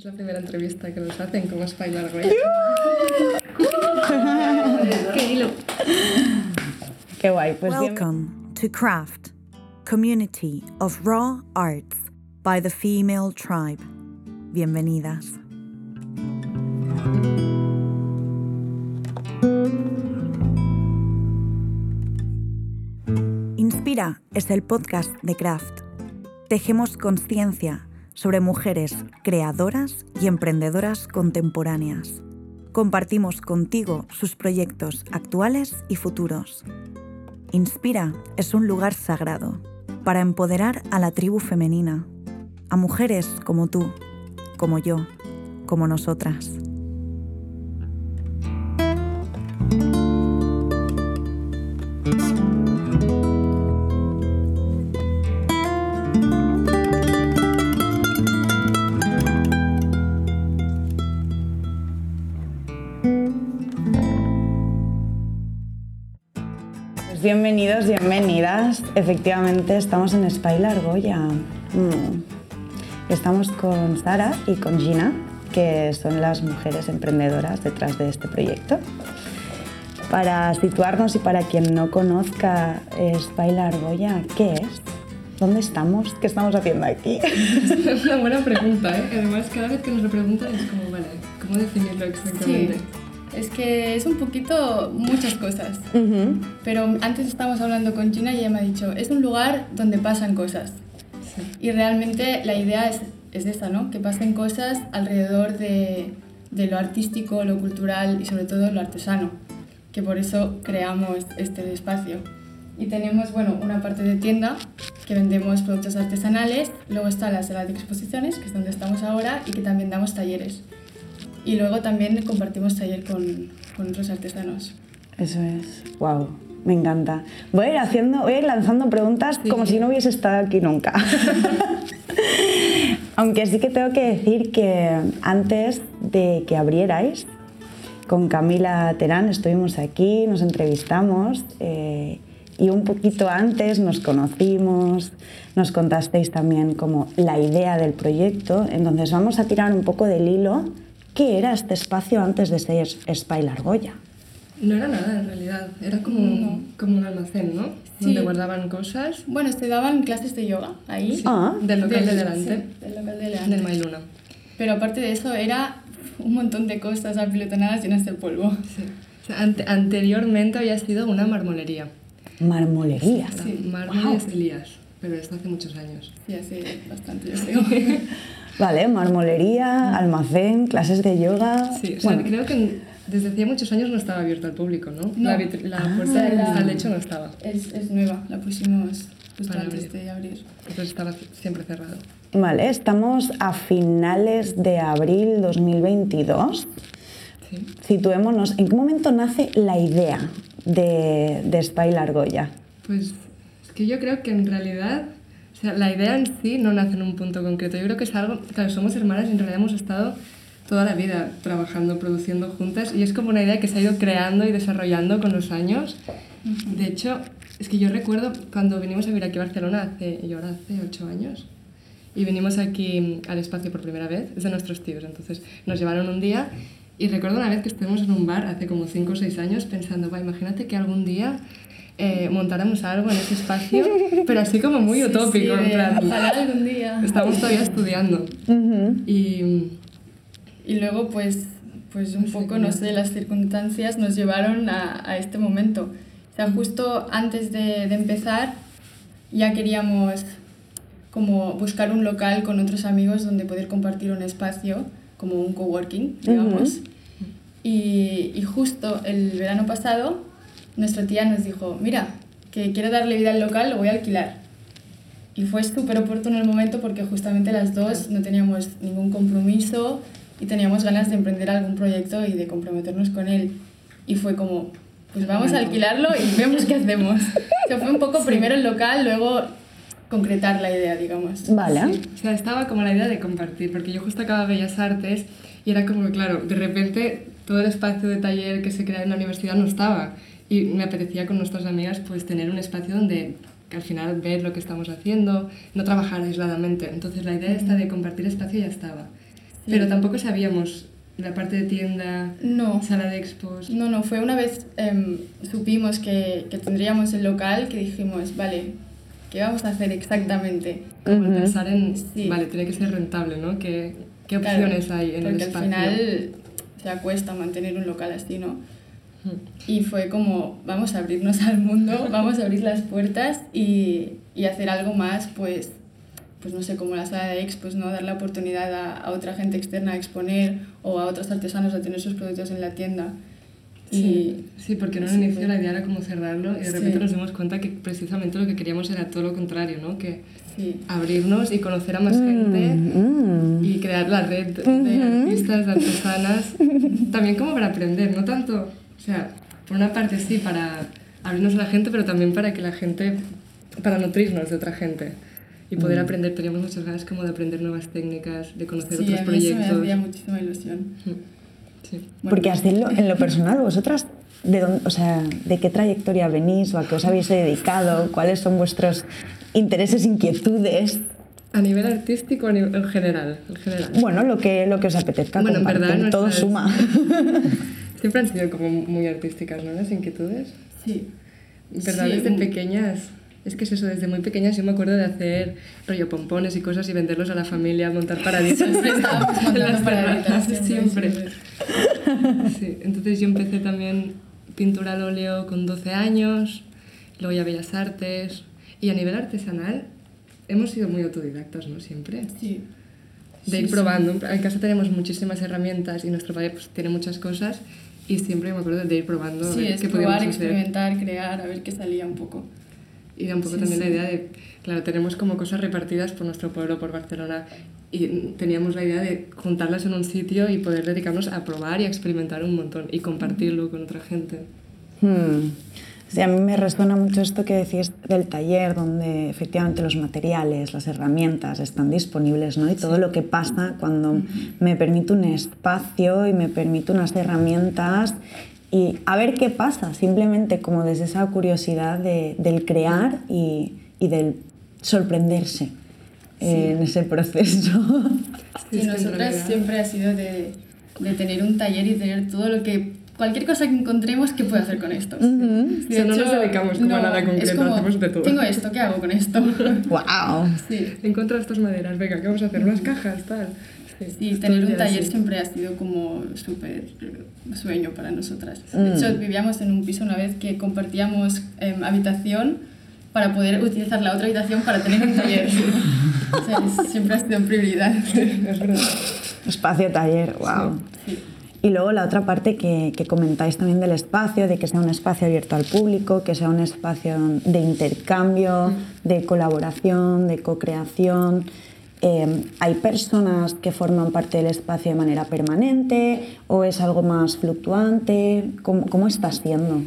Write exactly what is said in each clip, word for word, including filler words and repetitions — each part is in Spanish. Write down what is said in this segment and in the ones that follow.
Es la primera entrevista que nos hacen como Spy Largoya. ¡Qué hilo! Qué guay. Pues Welcome to Craft, Community of Raw Arts by the Female Tribe. Bienvenidas. Inspira es el podcast de Craft. Tejemos conciencia sobre mujeres creadoras y emprendedoras contemporáneas. Compartimos contigo sus proyectos actuales y futuros. Inspira es un lugar sagrado para empoderar a la tribu femenina, a mujeres como tú, como yo, como nosotras. Bienvenidos, bienvenidas. Efectivamente, estamos en Spy Largoya. Mm. Estamos con Sara y con Gina, que son las mujeres emprendedoras detrás de este proyecto. Para situarnos y para quien no conozca Spy Largoya, ¿qué es? ¿Dónde estamos? ¿Qué estamos haciendo aquí? Es una buena pregunta, ¿eh? Además, cada vez que nos lo preguntan es como, vale, ¿cómo definirlo exactamente? Sí. Es que es un poquito muchas cosas, Uh-huh. pero antes estábamos hablando con Gina y ella me ha dicho, es un lugar donde pasan cosas. Sí. Y realmente la idea es, es esta, ¿no? Que pasen cosas alrededor de, de lo artístico, lo cultural y sobre todo lo artesano, que por eso creamos este espacio. Y tenemos, bueno, una parte de tienda que vendemos productos artesanales, luego está la sala de exposiciones, que es donde estamos ahora, y que también damos talleres. Y luego también compartimos taller con, con otros artesanos. Eso es. Wow, me encanta. Voy a ir haciendo, voy a ir lanzando preguntas Sí. como si no hubiese estado aquí nunca. Aunque sí que tengo que decir que antes de que abrierais, con Camila Terán estuvimos aquí, nos entrevistamos eh, y un poquito antes nos conocimos, nos contasteis también como la idea del proyecto. Entonces vamos a tirar un poco del hilo. ¿Qué era este espacio antes de ser Spy Largoya? No era nada, en realidad. Era como, No. como un almacén, ¿no? Sí. Donde guardaban cosas. Bueno, te daban clases de yoga ahí. Sí, Ah. del local de Del- delante. sí, del local de delante. Del Mailuna. Pero aparte de eso era un montón de cosas apilotonadas llenas de polvo. Sí. O sea, ante- anteriormente había sido una marmolería. Marmolería. Sí. Mármoles Elías, pero esto hace muchos años. Sí, hace bastante, yo creo. Vale, marmolería, almacén, clases de yoga. Sí, o sea, Bueno, creo que desde hacía muchos años no estaba abierto al público, ¿no? No. La, vitri- la Ah. puerta de La- cristal, de hecho, no estaba. Es, es nueva, la pusimos justo Para antes abrir. de abrir. Entonces estaba siempre cerrado. Vale, estamos a finales de abril dos mil veintidós. Sí. Situémonos, ¿en qué momento nace la idea de, de Spy Largoya? Pues es que yo creo que en realidad, o sea, la idea en sí no nace en un punto concreto. Yo creo que es algo, claro, somos hermanas y en realidad hemos estado toda la vida trabajando, produciendo juntas y es como una idea que se ha ido creando y desarrollando con los años. De hecho, es que yo recuerdo cuando vinimos a vivir aquí a Barcelona hace, y ahora hace ocho años, y vinimos aquí al espacio por primera vez, es de nuestros tíos, entonces nos llevaron un día y recuerdo una vez que estuvimos en un bar hace como cinco o seis años pensando, va, imagínate que algún día eh, montáramos algo en ese espacio, pero así como muy Sí, utópico, sí, en de plan, ojalá algún día. estamos todavía estudiando. Ujú. Y Y luego, pues, pues un No sé poco, cómo. no sé, las circunstancias nos llevaron a, a este momento. O sea, justo antes de, de empezar ya queríamos como buscar un local con otros amigos donde poder compartir un espacio, como un coworking, digamos. Ujú. y, y justo el verano pasado, nuestra tía nos dijo, mira, que quiero darle vida al local, lo voy a alquilar. Y fue súper oportuno el momento porque justamente las dos no teníamos ningún compromiso y teníamos ganas de emprender algún proyecto y de comprometernos con él. Y fue como, pues vamos a alquilarlo y vemos qué hacemos. O sea, fue un poco primero el local, luego concretar la idea, digamos. Vale. sí, o sea, estaba como la idea de compartir, porque yo justo acababa Bellas Artes y era como, claro, de repente todo el espacio de taller que se crea en la universidad no estaba. Y me apetecía con nuestras amigas pues tener un espacio donde que al final ver lo que estamos haciendo, no trabajar aisladamente. Entonces la idea esta de compartir espacio ya estaba. Sí. Pero tampoco sabíamos la parte de tienda, No. sala de expos. No, no, fue una vez em, supimos que, que tendríamos el local que dijimos, vale, ¿qué vamos a hacer exactamente? Como el Ujú. pensar en, Sí. vale, tiene que ser rentable, ¿no? ¿Qué, qué Claro, opciones hay en el porque espacio? al final se acuesta mantener un local así, ¿no? Mm. Y fue como, vamos a abrirnos al mundo, vamos a abrir las puertas y, y hacer algo más, pues, pues no sé, como la sala de expos, ¿no? Dar la oportunidad a, a otra gente externa a exponer o a otros artesanos a tener sus productos en la tienda. Sí, Y sí, porque en un sí, inicio fue- la idea era como cerrarlo y de Sí. repente nos dimos cuenta que precisamente lo que queríamos era todo lo contrario, ¿no? Que Sí, abrirnos y conocer a más gente Mm. y crear la red de Ujú. artistas, de artesanas, también como para aprender, no tanto, o sea, por una parte sí, para abrirnos a la gente, pero también para que la gente, para nutrirnos de otra gente y poder Mm. aprender, teníamos muchas ganas como de aprender nuevas técnicas, de conocer sí, otros a mí eso me proyectos. hacía muchísima ilusión. Mm. Sí. Bueno, Porque así en lo, en lo personal, vosotras, de, dónde- o sea, ¿de qué trayectoria venís o a qué os habéis dedicado? ¿Cuáles son vuestros intereses, inquietudes? ¿A nivel artístico o a nivel en general? En general. Bueno, lo que, lo que os apetezca Bueno, en compartir, verdad, todo nuestras- suma. Siempre han sido como muy artísticas, ¿no? Las inquietudes. sí. En verdad, Sí, desde mm. pequeñas. Es que es eso, desde muy pequeñas yo me acuerdo de hacer rollo pompones y cosas y venderlos a la familia, montar paraditas. Siempre estábamos en montando las paraditas, terrazas, siempre, siempre. Sí, entonces yo empecé también pintura al óleo con doce años, luego ya Bellas Artes. Y a nivel artesanal hemos sido muy autodidactas, ¿no? Siempre. Sí. De ir Sí, sí. probando. En casa tenemos muchísimas herramientas y nuestro padre pues, tiene muchas cosas y siempre me acuerdo de ir probando a Sí, ver es qué probar, podíamos hacer. experimentar, crear, a ver qué salía un poco. Y era un poco Sí, también sí. la idea de, claro, tenemos como cosas repartidas por nuestro pueblo, por Barcelona, y teníamos la idea de juntarlas en un sitio y poder dedicarnos a probar y a experimentar un montón y compartirlo con otra gente. Hmm. Sí, a mí me resuena mucho esto que decís del taller, donde efectivamente los materiales, las herramientas están disponibles, ¿no? Y todo lo que pasa cuando me permito un espacio y me permito unas herramientas y a ver qué pasa, simplemente como desde esa curiosidad de, del crear y, y del sorprenderse eh, en ese proceso. Sí, Sí, es que en nosotras realidad- siempre ha sido de, de tener un taller y tener todo lo que... Cualquier cosa que encontremos, ¿qué puedo hacer con esto? Ujú. O sea, no nos dedicamos como a nada es concreto, como, hacemos de todo. Tengo esto, ¿qué hago con esto? ¡Wow! Sí, He encontrado estas maderas, venga, ¿qué vamos a hacer? Unas cajas, tal. sí, todo tener el un día taller así. siempre ha sido como súper eh, sueño para nosotras. Mm. De hecho, vivíamos en un piso una vez que compartíamos em, habitación para poder utilizar la otra habitación para tener un taller. O sea, es- siempre ha sido prioridad. Es verdad. Espacio taller, wow. Sí. Y luego la otra parte que, que comentáis también del espacio, de que sea un espacio abierto al público, que sea un espacio de intercambio, de colaboración, de co-creación. Eh, ¿Hay personas que forman parte del espacio de manera permanente o es algo más fluctuante? ¿Cómo, cómo está siendo?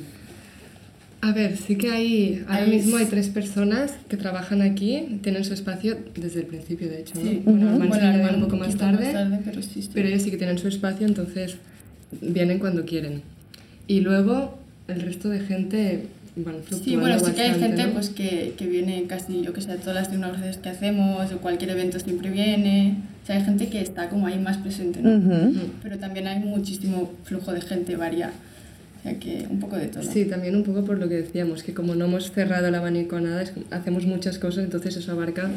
A ver, sí que hay, ahora Hay- mismo hay tres personas que trabajan aquí, tienen su espacio desde el principio, de hecho, ¿no? Sí. Bueno, Ujú. Armand se Bueno, viene Armand un poco más poquito tarde, pero sí, sí. pero ellos sí que tienen su espacio, entonces vienen cuando quieren. Y luego el resto de gente van fluctuando Sí, bueno, sí que hay bastante, gente ¿no? pues, que, que viene casi, yo que sé, a todas las inauguraciones que hacemos o cualquier evento siempre viene. O sea, hay gente que está como ahí más presente, ¿no? Ujú. Pero también hay muchísimo flujo de gente, varía. O sea, que un poco de todo. Sí, también un poco por lo que decíamos, que como no hemos cerrado el abanico a nada, es que hacemos muchas cosas, entonces eso abarca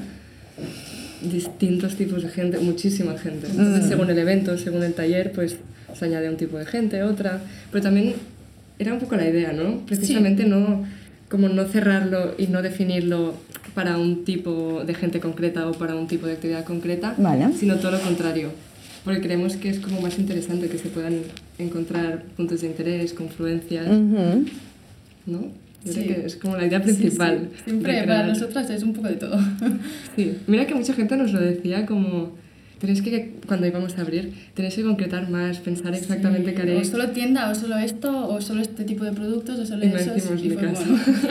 distintos tipos de gente, muchísima gente. Entonces, Mm. según el evento, según el taller, pues se añade un tipo de gente, otra. Pero también era un poco la idea, ¿no? Precisamente no, como no cerrarlo y no definirlo para un tipo de gente concreta o para un tipo de actividad concreta, Vale. sino todo lo contrario. Porque creemos que es como más interesante que se puedan encontrar puntos de interés, confluencias, Ujú. ¿no? Yo Sí. creo que es como la idea Sí, sí. principal. Siempre de para crear. nosotras es un poco de todo. Sí, mira que mucha gente nos lo decía como, tenéis que, cuando íbamos a abrir, tenéis que concretar más, pensar exactamente Sí, qué o haréis. solo tienda, o solo esto, o solo este tipo de productos, o solo Y no esos. hicimos y ni fue caso.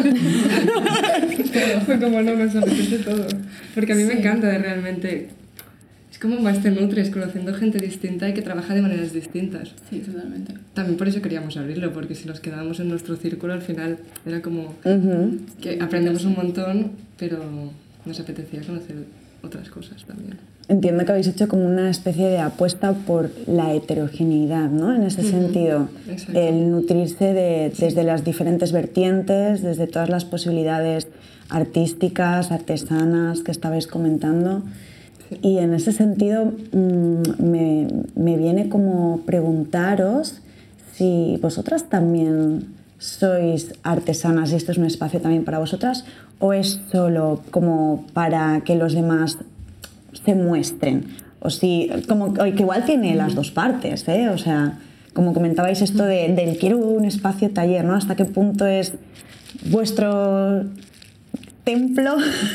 bueno. Fue como, no, nos apetece todo. Porque a mí me Sí. encanta de realmente, es como más te nutres conociendo gente distinta y que trabaja de maneras distintas. Sí, totalmente. También por eso queríamos abrirlo, porque si nos quedábamos en nuestro círculo, al final era como Ujú. que aprendemos un montón, pero nos apetecía conocer otras cosas también. entiendo que habéis hecho como una especie de apuesta por la heterogeneidad, ¿no? En ese sentido, Exacto. el nutrirse de, desde las diferentes vertientes, desde todas las posibilidades artísticas, artesanas que estabais comentando. Y en ese sentido mmm, me, me viene como preguntaros si vosotras también sois artesanas y esto es un espacio también para vosotras, o es solo como para que los demás se muestren, o si, como que igual tiene las dos partes, ¿eh? O sea, como comentabais esto de, del quiero un espacio taller, ¿no? ¿Hasta qué punto es vuestro templo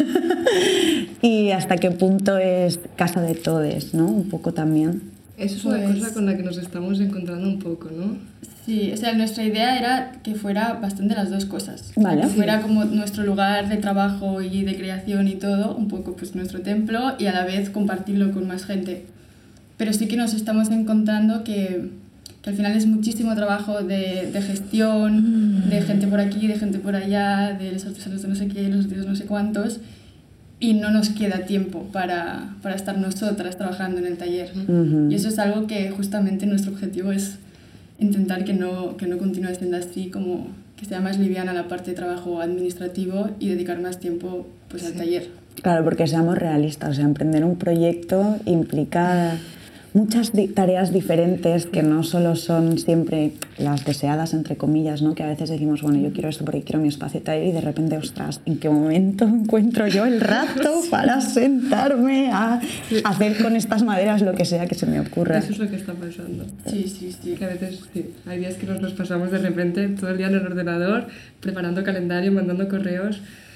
y hasta qué punto es casa de todes, ¿no? Un poco también. Eso es una Pues- cosa con la que nos estamos encontrando un poco, ¿no? Sí, o sea, nuestra idea era que fuera bastante las dos cosas. Vale. Que fuera como nuestro lugar de trabajo y de creación y todo, un poco pues nuestro templo y a la vez compartirlo con más gente. Pero sí que nos estamos encontrando que, que al final es muchísimo trabajo de, de gestión, de gente por aquí, de gente por allá, de los artesanos de no sé qué, los artesanos no sé cuántos, y no nos queda tiempo para, para estar nosotras trabajando en el taller. Ujú. Y eso es algo que justamente nuestro objetivo es intentar que no, que no continúe siendo así, como que sea más liviana la parte de trabajo administrativo y dedicar más tiempo pues, al taller. Claro, porque seamos realistas, o sea, emprender un proyecto implica muchas di- tareas diferentes que no solo son siempre las deseadas, entre comillas, ¿no? Que a veces decimos, bueno, yo quiero esto porque quiero mi espacio taller y de repente, ostras, ¿en qué momento encuentro yo el rato para sentarme a hacer con estas maderas lo que sea que se me ocurra? Eso es lo que está pasando. Sí, sí, sí. Que a veces sí, hay días que nos los pasamos de repente todo el día en el ordenador, preparando calendario, mandando correos,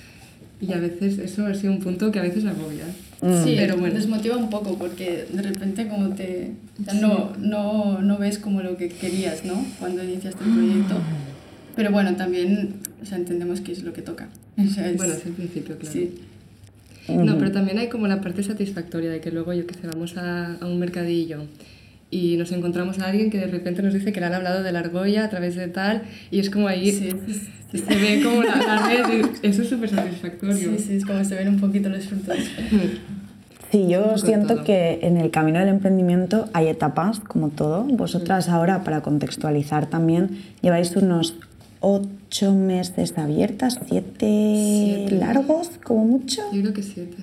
y a veces eso ha sido un punto que a veces agobia. Sí, Pero bueno. desmotiva un poco porque de repente como te... o sea, no, no, no ves como lo que querías, ¿no? Cuando iniciaste el proyecto. Pero bueno, también o sea, entendemos que es lo que toca. O sea, es- Bueno, es el principio, claro. Sí. No, pero también hay como la parte satisfactoria de que luego, yo que sé, vamos a, a un mercadillo y nos encontramos a alguien que de repente nos dice que le han hablado de la argolla a través de tal, y es como ahí Sí, sí, se ve como la, la red, y eso es súper satisfactorio. sí, sí, es como se ven un poquito los frutos. Sí, yo poco de siento todo. que en el camino del emprendimiento hay etapas, como todo. Vosotras ahora, para contextualizar también, lleváis unos ocho meses abiertas, siete, Siete. largos, como mucho, Yo creo que siete.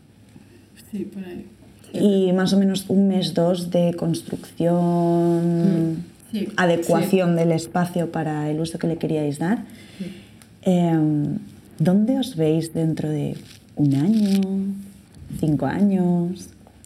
Sí, por ahí. y más o menos un mes, dos de construcción, Sí. adecuación del espacio para el uso que le queríais dar. Em, ¿Dónde os veis dentro de un año, cinco años?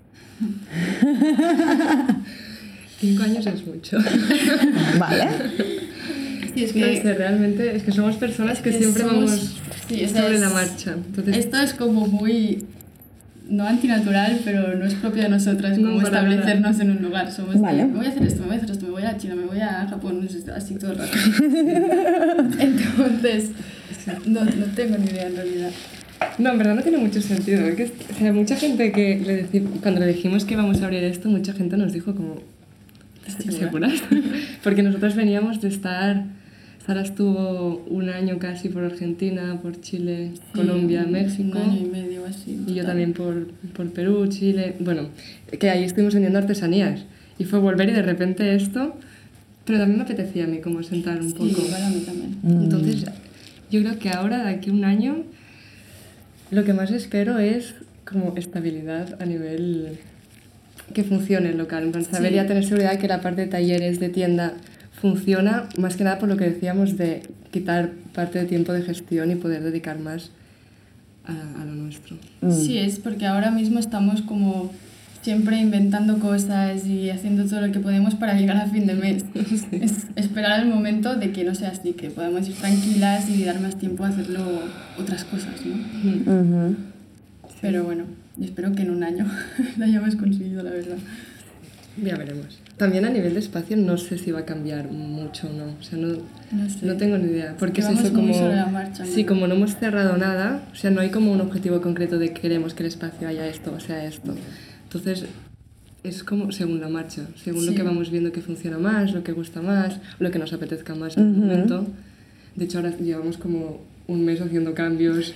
Cinco años es mucho. ¿Vale? Sí, es No que sé, realmente es que somos personas que que siempre somos- vamos sí, o sea, sobre la es- marcha. Entonces, esto es como muy... No antinatural, pero no es propio de nosotras No, como para establecernos en un lugar. Somos Vale. de, me voy a hacer esto, me voy a hacer esto, me voy a China, me voy a Japón, es así todo el rato. Entonces, no, no tengo ni idea en realidad. no, en verdad no tiene mucho sentido. Es que, o sea, mucha gente que le deci- cuando le dijimos que íbamos a abrir esto, mucha gente nos dijo como, Estoy ¿seguras? Porque nosotros veníamos de estar... Sara estuvo un año casi por Argentina, por Chile, Colombia, Sí, México. Un año y medio así. Y yo también por, por Perú, Chile. Bueno, que ahí estuvimos vendiendo artesanías. Y fue volver y de repente esto. Pero también me apetecía a mí como sentar un Sí, poco. igual a mí también. Entonces, yo creo que ahora, de aquí a un año, lo que más espero es como estabilidad a nivel que funcione el local. En plan, saber Sí. ya tener seguridad de que la parte de talleres, de tienda, funciona, más que nada por lo que decíamos de quitar parte de tiempo de gestión y poder dedicar más a, a lo nuestro. Sí, es porque ahora mismo estamos como siempre inventando cosas y haciendo todo lo que podemos para llegar a fin de mes. Es esperar el momento de que no sea así, que podamos ir tranquilas y dar más tiempo a hacerlo otras cosas, ¿no? Ujú. Pero bueno, y espero que en un año lo hayamos conseguido, la verdad. Ya veremos. También a nivel de espacio no sé si va a cambiar mucho o no. O sea, no, No sé. no tengo ni idea. Porque Que es vamos eso muy como... sobre la marcha, Sí, ¿no? como no hemos cerrado nada, o sea, no hay como un objetivo concreto de queremos que el espacio haya esto o sea esto. Entonces, es como según la marcha, según lo Sí. que vamos viendo que funciona más, lo que gusta más, lo que nos apetezca más en el momento. De hecho, ahora llevamos como un mes haciendo cambios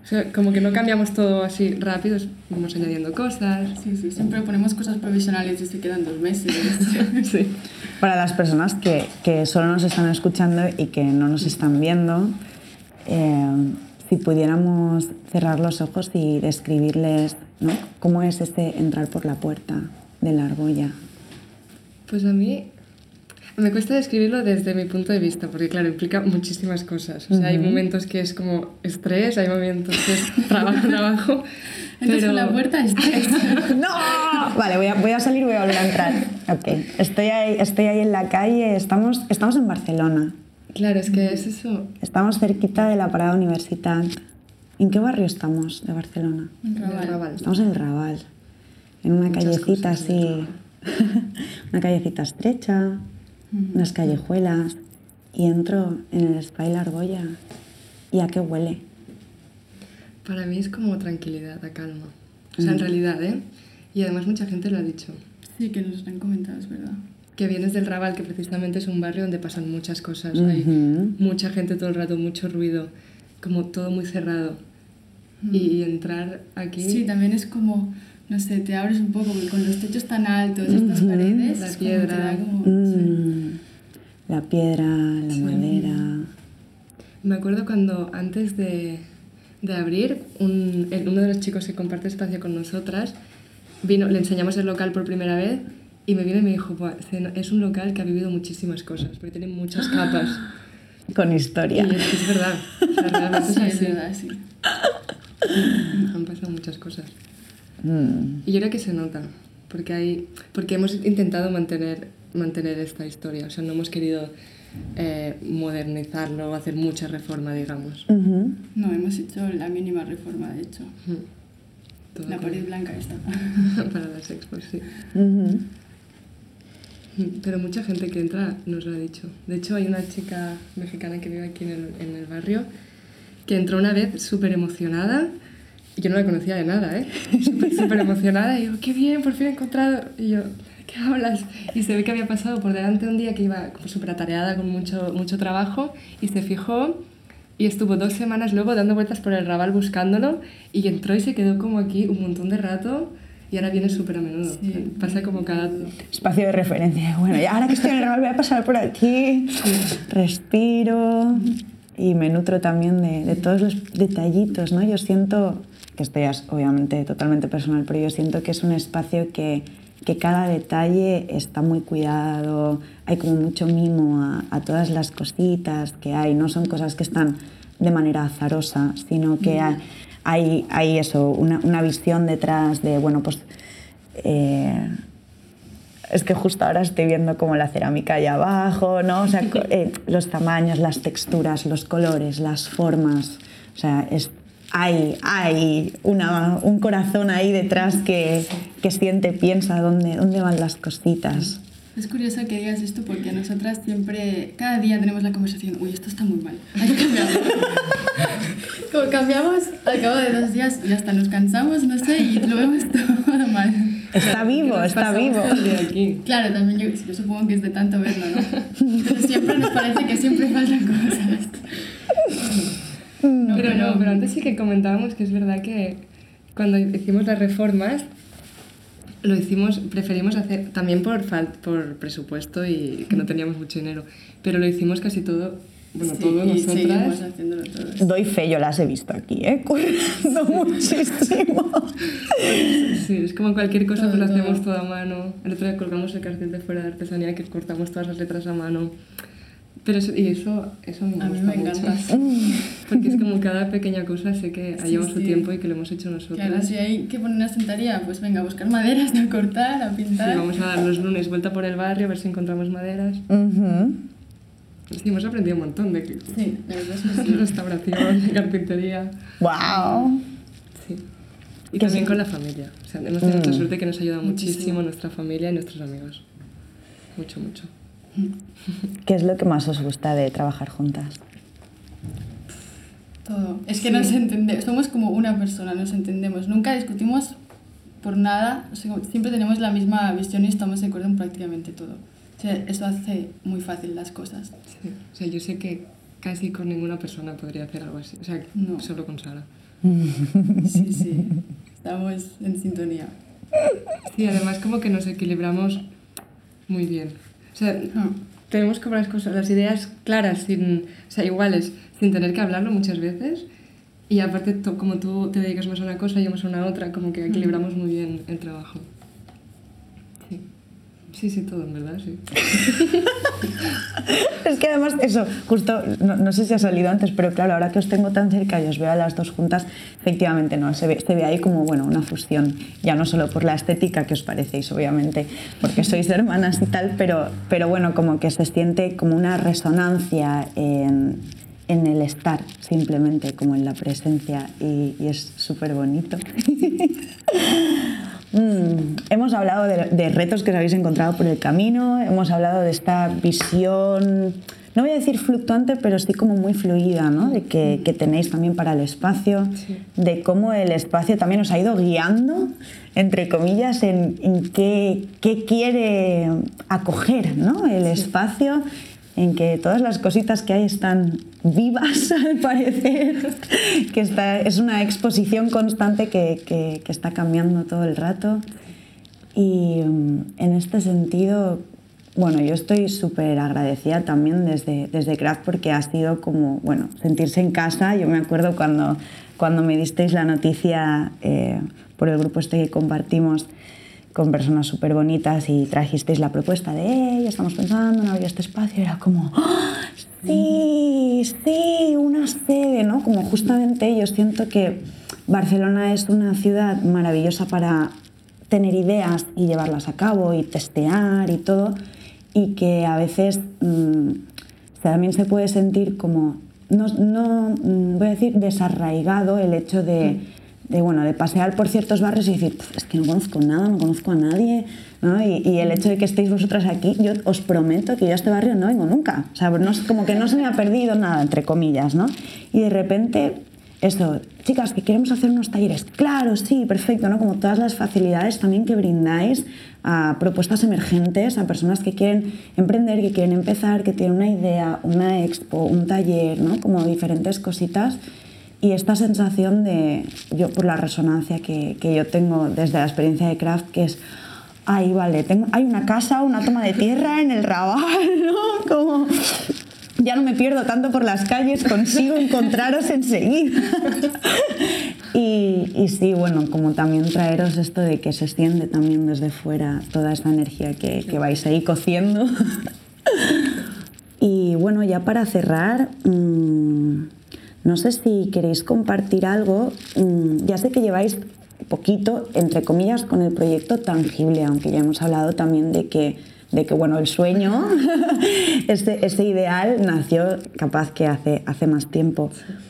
O sea, como que no cambiamos todo así rápido, vamos añadiendo cosas. Sí, sí, siempre ponemos cosas provisionales y se quedan dos meses. Sí. Para las personas que, que solo nos están escuchando y que no nos están viendo, eh, si pudiéramos cerrar los ojos y describirles, ¿no?, cómo es ese entrar por la puerta de la argolla. Pues a mí me cuesta describirlo desde mi punto de vista, porque claro, implica muchísimas cosas. O sea, uh-huh. hay momentos que es como estrés, hay momentos que es trabajo, trabajo. Entonces pero... la puerta estrés. ¡No! Vale, voy a, voy a salir y voy a volver a entrar. Ok, estoy ahí, estoy ahí en la calle, estamos, estamos en Barcelona. Claro, es que es eso. Estamos cerquita de la Parada Universitat. ¿En qué barrio estamos de Barcelona? En Raval. Raval. Estamos en el Raval, en una Muchas callecita cosas, así, una callecita estrecha, unas callejuelas, y entro en el Espai La Argolla. ¿Y a qué huele? Para mí es como tranquilidad, a calma. O sea, en realidad, ¿eh? Y además mucha gente lo ha dicho. Sí, que nos lo han comentado, es verdad. Que vienes del Raval, que precisamente es un barrio donde pasan muchas cosas. Uh-huh. Hay mucha gente todo el rato, mucho ruido, como todo muy cerrado. Uh-huh. Y entrar aquí... Sí, también es como, no sé, te abres un poco, porque con los techos tan altos, uh-huh. estas paredes... La piedra... Como, mm. sí. La piedra, la sí. madera... Me acuerdo cuando antes de, de abrir, un, el, uno de los chicos que comparte espacio con nosotras, vino, le enseñamos el local por primera vez y me vino y me dijo, es un local que ha vivido muchísimas cosas, porque tiene muchas capas. Con historia. Y es que es verdad, o sea, realmente sí, es así. Es verdad, sí. Han pasado muchas cosas. Mm. Y yo creo que se nota, porque, hay, porque hemos intentado mantener, mantener esta historia, o sea, no hemos querido eh, modernizarlo o hacer mucha reforma, digamos. Uh-huh. No, hemos hecho la mínima reforma, de hecho. Uh-huh. Todo la como... pared blanca está. Para las expos, sí. Uh-huh. Pero mucha gente que entra nos lo ha dicho. De hecho, hay una chica mexicana que vive aquí en el, en el barrio que entró una vez súper emocionada. Y yo no la conocía de nada, ¿eh? Súper emocionada. Y digo, qué bien, por fin he encontrado. Y yo, ¿qué hablas? Y se ve que había pasado por delante un día que iba súper atareada con mucho, mucho trabajo y se fijó y estuvo dos semanas luego dando vueltas por el Raval buscándolo y entró y se quedó como aquí un montón de rato. Y ahora viene súper a menudo. Sí. Pasa como cada... Espacio de referencia. Bueno, y ahora que estoy en el Raval voy a pasar por aquí. Sí. Respiro y me nutro también de, de todos los detallitos, ¿no? Yo siento, que esto ya es obviamente totalmente personal, pero yo siento que es un espacio que, que cada detalle está muy cuidado. Hay como mucho mimo a, a todas las cositas que hay. No son cosas que están de manera azarosa, sino que... Mm. hay, Hay, hay eso, una, una visión detrás de, bueno, pues... Eh, es que justo ahora estoy viendo como la cerámica allá abajo, ¿no? O sea, eh, los tamaños, las texturas, los colores, las formas. O sea, es, hay, hay una, un corazón ahí detrás que, que siente, piensa dónde, dónde van las cositas. Es curioso que digas esto porque nosotras siempre, cada día tenemos la conversación, uy, esto está muy mal, hay que cambiarlo. Como cambiamos, al cabo de dos días ya hasta nos cansamos, no sé, y lo vemos todo mal. Está vivo, está vivo. Aquí. Claro, también yo, yo supongo que es de tanto verlo, ¿no? Pero siempre nos parece que siempre faltan cosas. No, pero, pero, no, pero antes sí que comentábamos que es verdad que cuando hicimos las reformas, lo hicimos, preferimos hacer también por, por presupuesto y que no teníamos mucho dinero, pero lo hicimos casi todo, bueno, sí, todo y nosotras. seguimos haciéndolo todo. Doy fe, yo las he visto aquí, ¿eh? Corriendo muchísimo. Sí, es como cualquier cosa, todo, pues lo todo. hacemos todo a mano. El otro día colgamos el cartel de fuera de artesanía que cortamos todas las letras a mano. Pero eso, y eso, eso me a gusta mí me encanta. mucho. Porque es como cada pequeña cosa sé que ha sí, llevado sí. su tiempo y que lo hemos hecho nosotros. Claro, si hay que poner una sentaría, pues venga, a buscar maderas, a cortar, a pintar. Sí, vamos a dar los lunes vuelta por el barrio a ver si encontramos maderas. Uh-huh. Sí, hemos aprendido un montón de, sí, de, verdad, de restauración, de carpintería. ¡Wow! Sí. Y también sí. Con la familia. O sea, hemos tenido mm. mucha suerte que nos ha ayudado muchísimo, muchísimo nuestra familia y nuestros amigos. Mucho, mucho. ¿Qué es lo que más os gusta de trabajar juntas? Todo. Es que sí. nos entendemos, somos como una persona, nos entendemos. Nunca discutimos por nada, o sea, siempre tenemos la misma visión y estamos de acuerdo en prácticamente todo. O sea, eso hace muy fácil las cosas. Sí. O sea, yo sé que casi con ninguna persona podría hacer algo así. O sea, no. solo con Sara. Sí, sí, estamos en sintonía. Sí, además como que nos equilibramos muy bien. O sea, Ah. tenemos como las cosas, las ideas claras, sin, o sea, iguales, sin tener que hablarlo muchas veces. Y aparte, to- como tú te dedicas más a una cosa y yo más a una otra, como que equilibramos muy bien el trabajo. Sí, sí, sí, todo, en verdad, sí. Es que además, eso, justo, no, no sé si ha salido antes, pero claro, ahora que os tengo tan cerca y os veo a las dos juntas, efectivamente no, se ve, se ve ahí como, bueno, una fusión, ya no solo por la estética que os parecéis, obviamente, porque sois hermanas y tal, pero, pero bueno, como que se siente como una resonancia en, en el estar, simplemente, como en la presencia, y, y es súper bonito. Mm, hemos hablado de, de retos que os habéis encontrado por el camino, hemos hablado de esta visión, no voy a decir fluctuante, pero sí como muy fluida, ¿no? De que, que tenéis también para el espacio, Sí. de cómo el espacio también os ha ido guiando, entre comillas, en, en qué, qué quiere acoger, ¿no? El espacio, en que todas las cositas que hay están vivas, al parecer, que está, es una exposición constante que, que, que está cambiando todo el rato. Y mm, en este sentido, bueno, yo estoy súper agradecida también desde, desde Craft porque ha sido como, bueno, sentirse en casa. Yo me acuerdo cuando, cuando me disteis la noticia eh, por el grupo este que compartimos con personas súper bonitas y trajisteis la propuesta de hey, estamos pensando en abrir este espacio, era como ¡oh, sí, sí, una sede, ¿no? Como justamente yo siento que Barcelona es una ciudad maravillosa para tener ideas y llevarlas a cabo y testear y todo, y que a veces mmm, también se puede sentir como, no, no voy a decir desarraigado el hecho de de, bueno, de pasear por ciertos barrios y decir, es que no conozco nada, no conozco a nadie, ¿no? Y, y el hecho de que estéis vosotras aquí, yo os prometo que yo a este barrio no vengo nunca, o sea, no, como que no se me ha perdido nada, entre comillas, ¿no? Y de repente, esto, chicas, que queremos hacer unos talleres, claro, sí, perfecto, ¿no? Como todas las facilidades también que brindáis a propuestas emergentes, a personas que quieren emprender, que quieren empezar, que tienen una idea, una expo, un taller, ¿no? Como diferentes cositas. Y esta sensación de, yo por la resonancia que, que yo tengo desde la experiencia de Craft, que es, ay, vale, tengo, hay una casa, una toma de tierra en el Raval, ¿no? Como, ya no me pierdo tanto por las calles, consigo encontraros enseguida. y, y sí, bueno, como también traeros esto de que se extiende también desde fuera toda esta energía que, que vais ahí cociendo. Y bueno, ya para cerrar, mmm, no sé si queréis compartir algo. Ya sé que lleváis poquito, entre comillas, con el proyecto tangible, aunque ya hemos hablado también de que, de que bueno, el sueño, ese, ese ideal nació capaz que hace, hace más tiempo.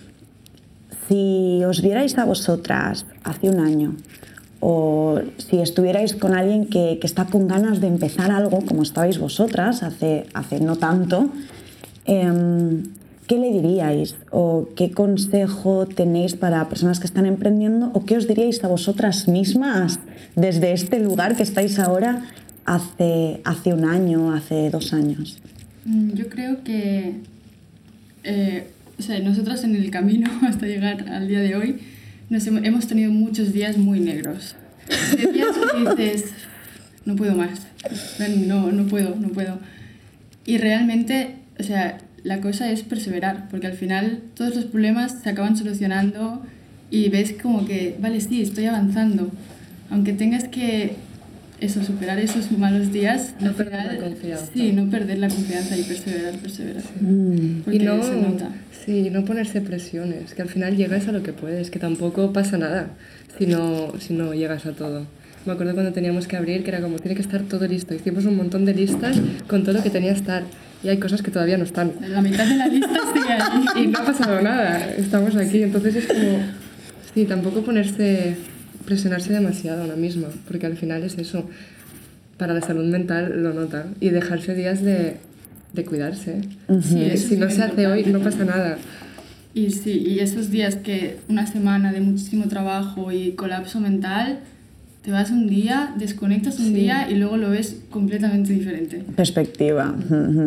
Si os vierais a vosotras hace un año, o si estuvierais con alguien que, que está con ganas de empezar algo, como estabais vosotras hace, hace no tanto, eh, ¿qué le diríais? ¿O qué consejo tenéis para personas que están emprendiendo? ¿O qué os diríais a vosotras mismas desde este lugar que estáis ahora hace, hace un año, hace dos años? Yo creo que eh, o sea, nosotras en el camino hasta llegar al día de hoy nos hemos, hemos tenido muchos días muy negros. De días que dices, no puedo más, no, no puedo, no puedo. Y realmente, o sea, la cosa es perseverar, porque al final todos los problemas se acaban solucionando y ves como que, vale, sí, estoy avanzando. Aunque tengas que eso, superar esos malos días, no al perder final, la confianza. Sí, no perder la confianza y perseverar, perseverar. Sí. Mm. Porque y no, se nota. Sí, no ponerse presiones, que al final llegas a lo que puedes, que tampoco pasa nada si no, si no llegas a todo. Me acuerdo cuando teníamos que abrir, que era como, tiene que estar todo listo. Hicimos un montón de listas con todo lo que tenía que estar. Y hay cosas que todavía no están. La mitad de la lista sigue ahí. Y no ha pasado nada, estamos aquí. Entonces es como, sí, tampoco ponerse, presionarse demasiado a una misma, porque al final es eso. Para la salud mental lo nota. Y dejarse días de, de cuidarse. Uh-huh. Sí, Si no se hace hoy, no pasa nada. Y sí, y esos días que una semana de muchísimo trabajo y colapso mental, te vas un día, desconectas un Sí. día y luego lo ves completamente diferente. Perspectiva. Uh-huh.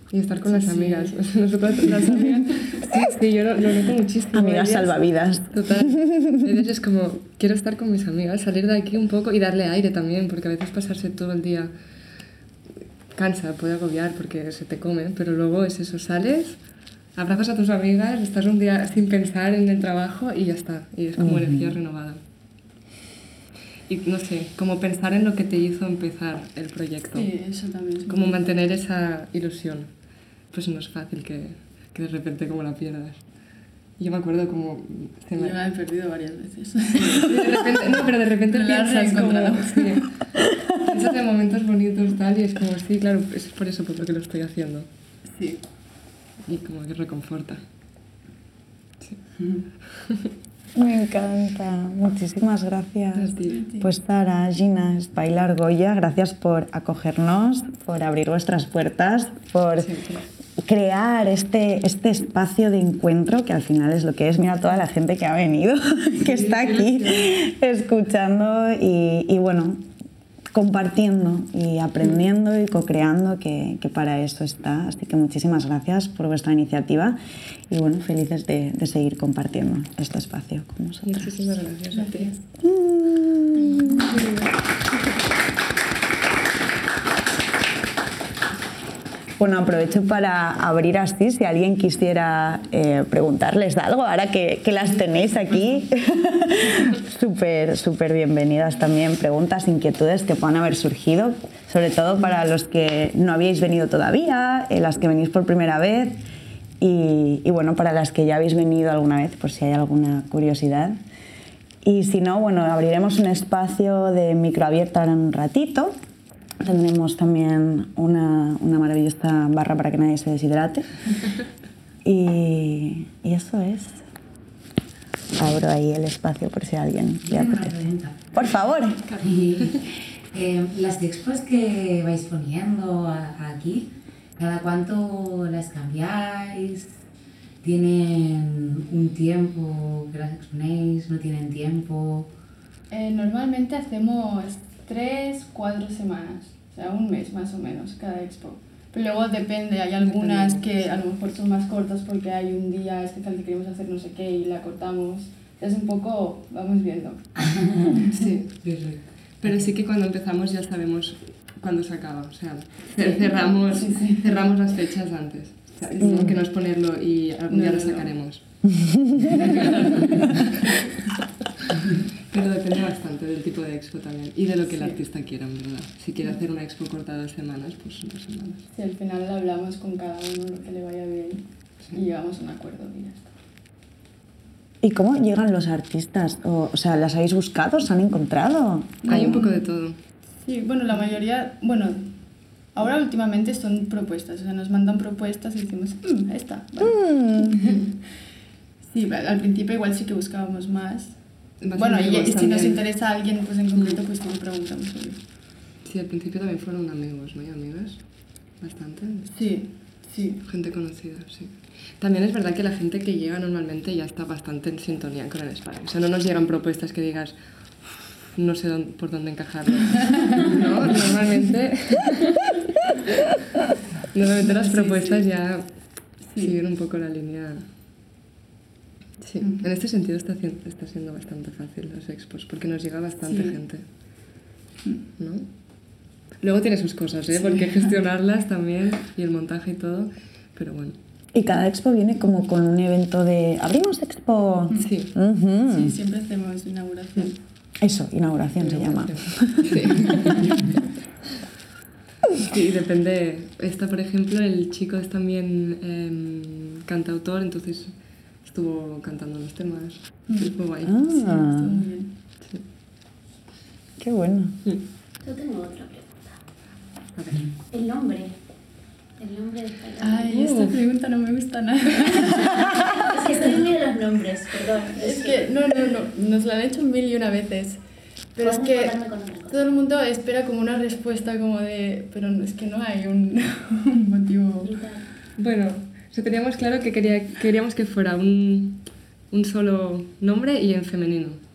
Y estar con las Sí, amigas. sí. O sea, nosotras las amigas... Sí, sí, yo lo, lo noto muchísimo. Amigas Hay días- salvavidas. Total. Hay veces es como, quiero estar con mis amigas, salir de aquí un poco y darle aire también, porque a veces pasarse todo el día cansa, puede agobiar porque se te come, pero luego es eso, sales, abrazas a tus amigas, estás un día sin pensar en el trabajo y ya está. Y es como Ujú. energía renovada. Y no sé, como pensar en lo que te hizo empezar el proyecto. Sí, eso también es Como muy mantener esa ilusión. Pues no es fácil que, que de repente como la pierdas. Yo me acuerdo como... se Yo me- la he perdido varias veces. y de repente, no, pero de repente Me la has piensas como... reencontrado. Sí, piensas en momentos bonitos tal y es como, sí, claro, es por eso por lo que lo estoy haciendo. Sí. Y como que reconforta. Sí. Me encanta. Muchísimas gracias. A ti. Pues Sara, Gina, Spailar, Goya, gracias por acogernos, por abrir vuestras puertas, por Siempre. crear este, este espacio de encuentro que al final es lo que es. Mira toda la gente que ha venido, que está aquí escuchando y, y bueno, compartiendo y aprendiendo y co-creando, que, que para eso está. Así que muchísimas gracias por vuestra iniciativa y bueno, felices de, de seguir compartiendo este espacio con vosotros. Muchísimas gracias a ti. Bueno, aprovecho para abrir así, si alguien quisiera eh, preguntarles algo, ahora que, que las tenéis aquí. Súper, súper bienvenidas también preguntas, inquietudes que puedan haber surgido, sobre todo para los que no habéis venido todavía, eh, las que venís por primera vez y, y bueno, para las que ya habéis venido alguna vez, por si hay alguna curiosidad. Y si no, bueno, abriremos un espacio de microabierta ahora en un ratito. Tendremos también una, una maravillosa barra para que nadie se deshidrate. Y, y eso es. Abro ahí el espacio por si a alguien le Tengo una apetece. pregunta. Por favor. Y, eh, las expos que vais poniendo a- aquí, ¿cada cuánto las cambiáis? ¿Tienen un tiempo que las exponéis? ¿No tienen tiempo? Eh, normalmente hacemos tres, cuatro semanas, o sea, un mes más o menos cada expo. Pero luego depende, hay algunas que a lo mejor son más cortas porque hay un día especial que queremos hacer no sé qué y la cortamos. Es un poco, vamos viendo. Sí. Pero sí que cuando empezamos ya sabemos cuándo se acaba. O sea, cer- cerramos, Sí, sí. cerramos las fechas antes. O sea, Mm. que no es ponerlo y algún No, día no, lo no. sacaremos. Pero depende bastante del tipo de expo también y de lo que el Sí. artista quiera, en verdad. Si quiere hacer una expo corta de dos semanas, pues son dos semanas. Si al final hablamos con cada uno lo que le vaya bien y llegamos a un acuerdo y ya está. ¿Y cómo llegan los artistas? O, o sea, ¿las habéis buscado? ¿Os han encontrado? Hay un poco de todo. Sí, bueno, la mayoría, bueno, ahora últimamente son propuestas, o sea, nos mandan propuestas y decimos, "Mm, esta, vale". Sí, al al principio igual sí que buscábamos más. Más Bueno, y, amigos y si nos también. interesa a alguien pues en concreto, pues sí le preguntamos. obvio. Sí, al principio también fueron amigos, ¿no? Y amigas. Bastante. Sí, sí. Gente conocida, sí. También es verdad que la gente que llega normalmente ya está bastante en sintonía con el espacio. O sea, no nos llegan propuestas que digas, "Uf, no sé dónde- por dónde encajarlo". No, normalmente... normalmente las Sí, propuestas sí. ya Sí. siguen un poco la línea... Sí, Ujú. en este sentido está, hacien- está siendo bastante fácil las expos, porque nos llega bastante Sí. gente, ¿no? Luego tiene sus cosas, ¿eh? Porque gestionarlas también, y el montaje y todo, pero bueno. Y cada expo viene como con un evento de abrimos expo. Sí. Ujú. Sí, siempre hacemos inauguración. Eso, inauguración se llama. Sí. Sí, depende. Esta, por ejemplo, el chico es también em, cantautor, entonces estuvo cantando los temas. Es muy guay. Ah, Sí, está muy bien. Sí. qué bueno. Yo tengo otra pregunta. A ver. El nombre. El nombre de esta Ay, esta pregunta no me gusta nada. Es que estoy muy de los nombres, perdón. Es que, no, no, no, nos lo han hecho mil y una veces. Pero es Podemos que contarme con otra cosa. todo el mundo espera como una respuesta como de... Pero no, es que no hay un, un motivo... Vital. Bueno, o sea, teníamos claro que quería, queríamos que fuera un, un solo nombre y en femenino.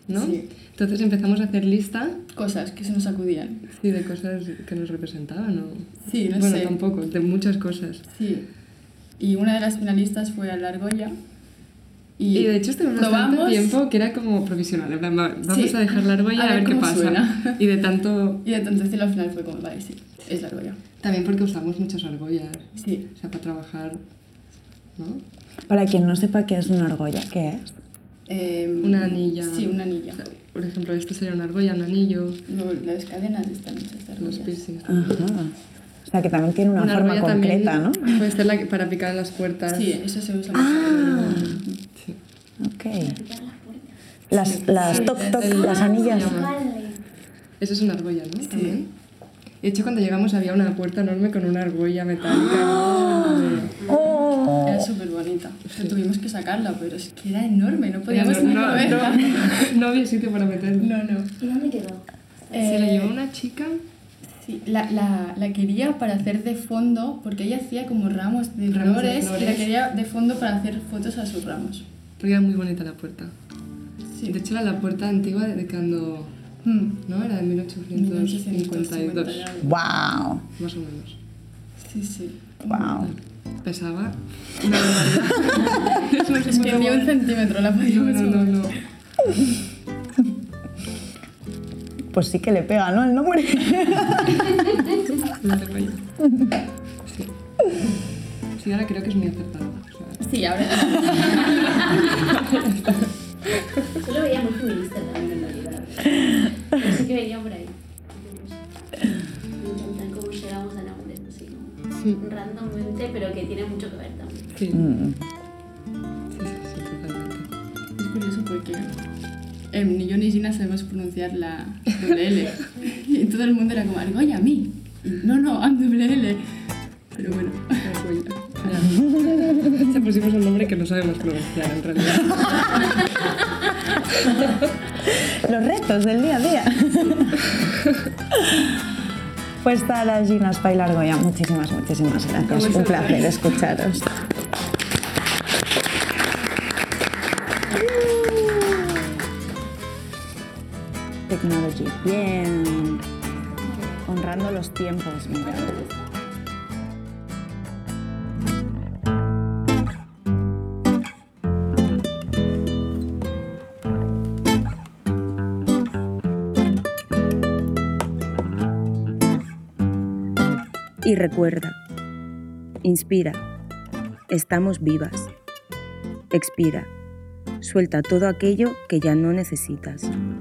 ¿no? Sí. Entonces empezamos a hacer lista, Cosas que se nos acudían. sí, de cosas que nos representaban, ¿o? Sí, no bueno, sé. tampoco, de muchas cosas. Sí. Y una de las finalistas fue a la Argolla. Y, Y de hecho estuvimos probamos, bastante tiempo que era como provisional, en plan, va- vamos Sí. a dejar la argolla A a ver, ver qué cómo pasa. suena. Y de tanto... Y de tanto decirlo al final fue como, vale, sí, es la Argolla. También porque usamos muchas argollas, Sí. o sea, para trabajar, ¿no? Para quien no sepa qué es una argolla, ¿qué es? Eh, Una anilla. Sí, una anilla. O sea, por ejemplo, esto sería una argolla, un anillo, Luego las cadenas están hechas de los argollas. piercings. Ajá. O sea, que también tiene una, forma argolla concreta, también ¿no? puede ser la que- para picar en las puertas. Sí, eso se usa mucho. Ah, Sí. ok. Las, las Sí, toc toc, el- las anillas. Vale. Eso es una argolla, ¿no? También. De hecho, cuando llegamos había una puerta enorme con una argolla metálica. enorme. Oh. Era súper bonita. O sea, tuvimos que sacarla, pero es que era enorme, no Ya, podíamos no, ni no, moverla. no, no había sitio para meterlo. No, no. ¿Y dónde quedó? Se la Eh, llevó una chica. Sí, la, la, la quería para hacer de fondo, porque ella hacía como ramos de, Ramos de flores, y la flores. quería de fondo para hacer fotos a sus ramos. Porque era muy bonita la puerta. Sí. De hecho, era la puerta antigua de cuando... Hmm. ¿No? Era de mil ochocientos cincuenta y dos. Wow. Más o menos. Sí, sí. Wow. Pesaba una barbaridad. Es que ni un centímetro la No, podíamos no, no, mover. no. Pues sí que le pega, ¿no? El nombre. No tengo yo. Sí. Sí, ahora creo que es muy acertado. O sea, Sí, ahora Yo lo veía muy feminista también en realidad. Pensé que venía por ahí. Me encantan cómo llegamos a nombres así como sí, randommente, pero que tiene mucho que ver también. sí. Mm. Sí, sí, sí, totalmente. es curioso porque eh, ni yo ni Gina sabemos pronunciar la doble L. Y todo el mundo era como, Argolla, a mí. Y, no, no, am doble L. Pero bueno, Argolla. Ya. Se pusimos un nombre que no sabemos pronunciar en realidad. Los retos del día a día. Pues Sara, Gina, Spy Argolla, muchísimas, muchísimas gracias. Un placer escucharos. Technology, bien. Honrando los tiempos, me encanta. Y recuerda, inspira, estamos vivas. Expira, suelta todo aquello que ya no necesitas.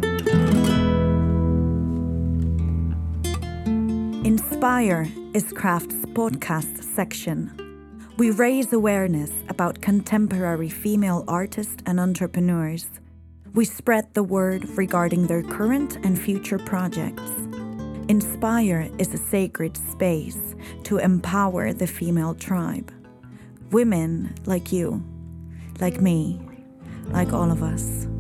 Inspire is Craft's podcast section. We raise awareness about contemporary female artists and entrepreneurs. We spread the word regarding their current and future projects. Inspire is a sacred space to empower the female tribe. Women like you, like me, like all of us.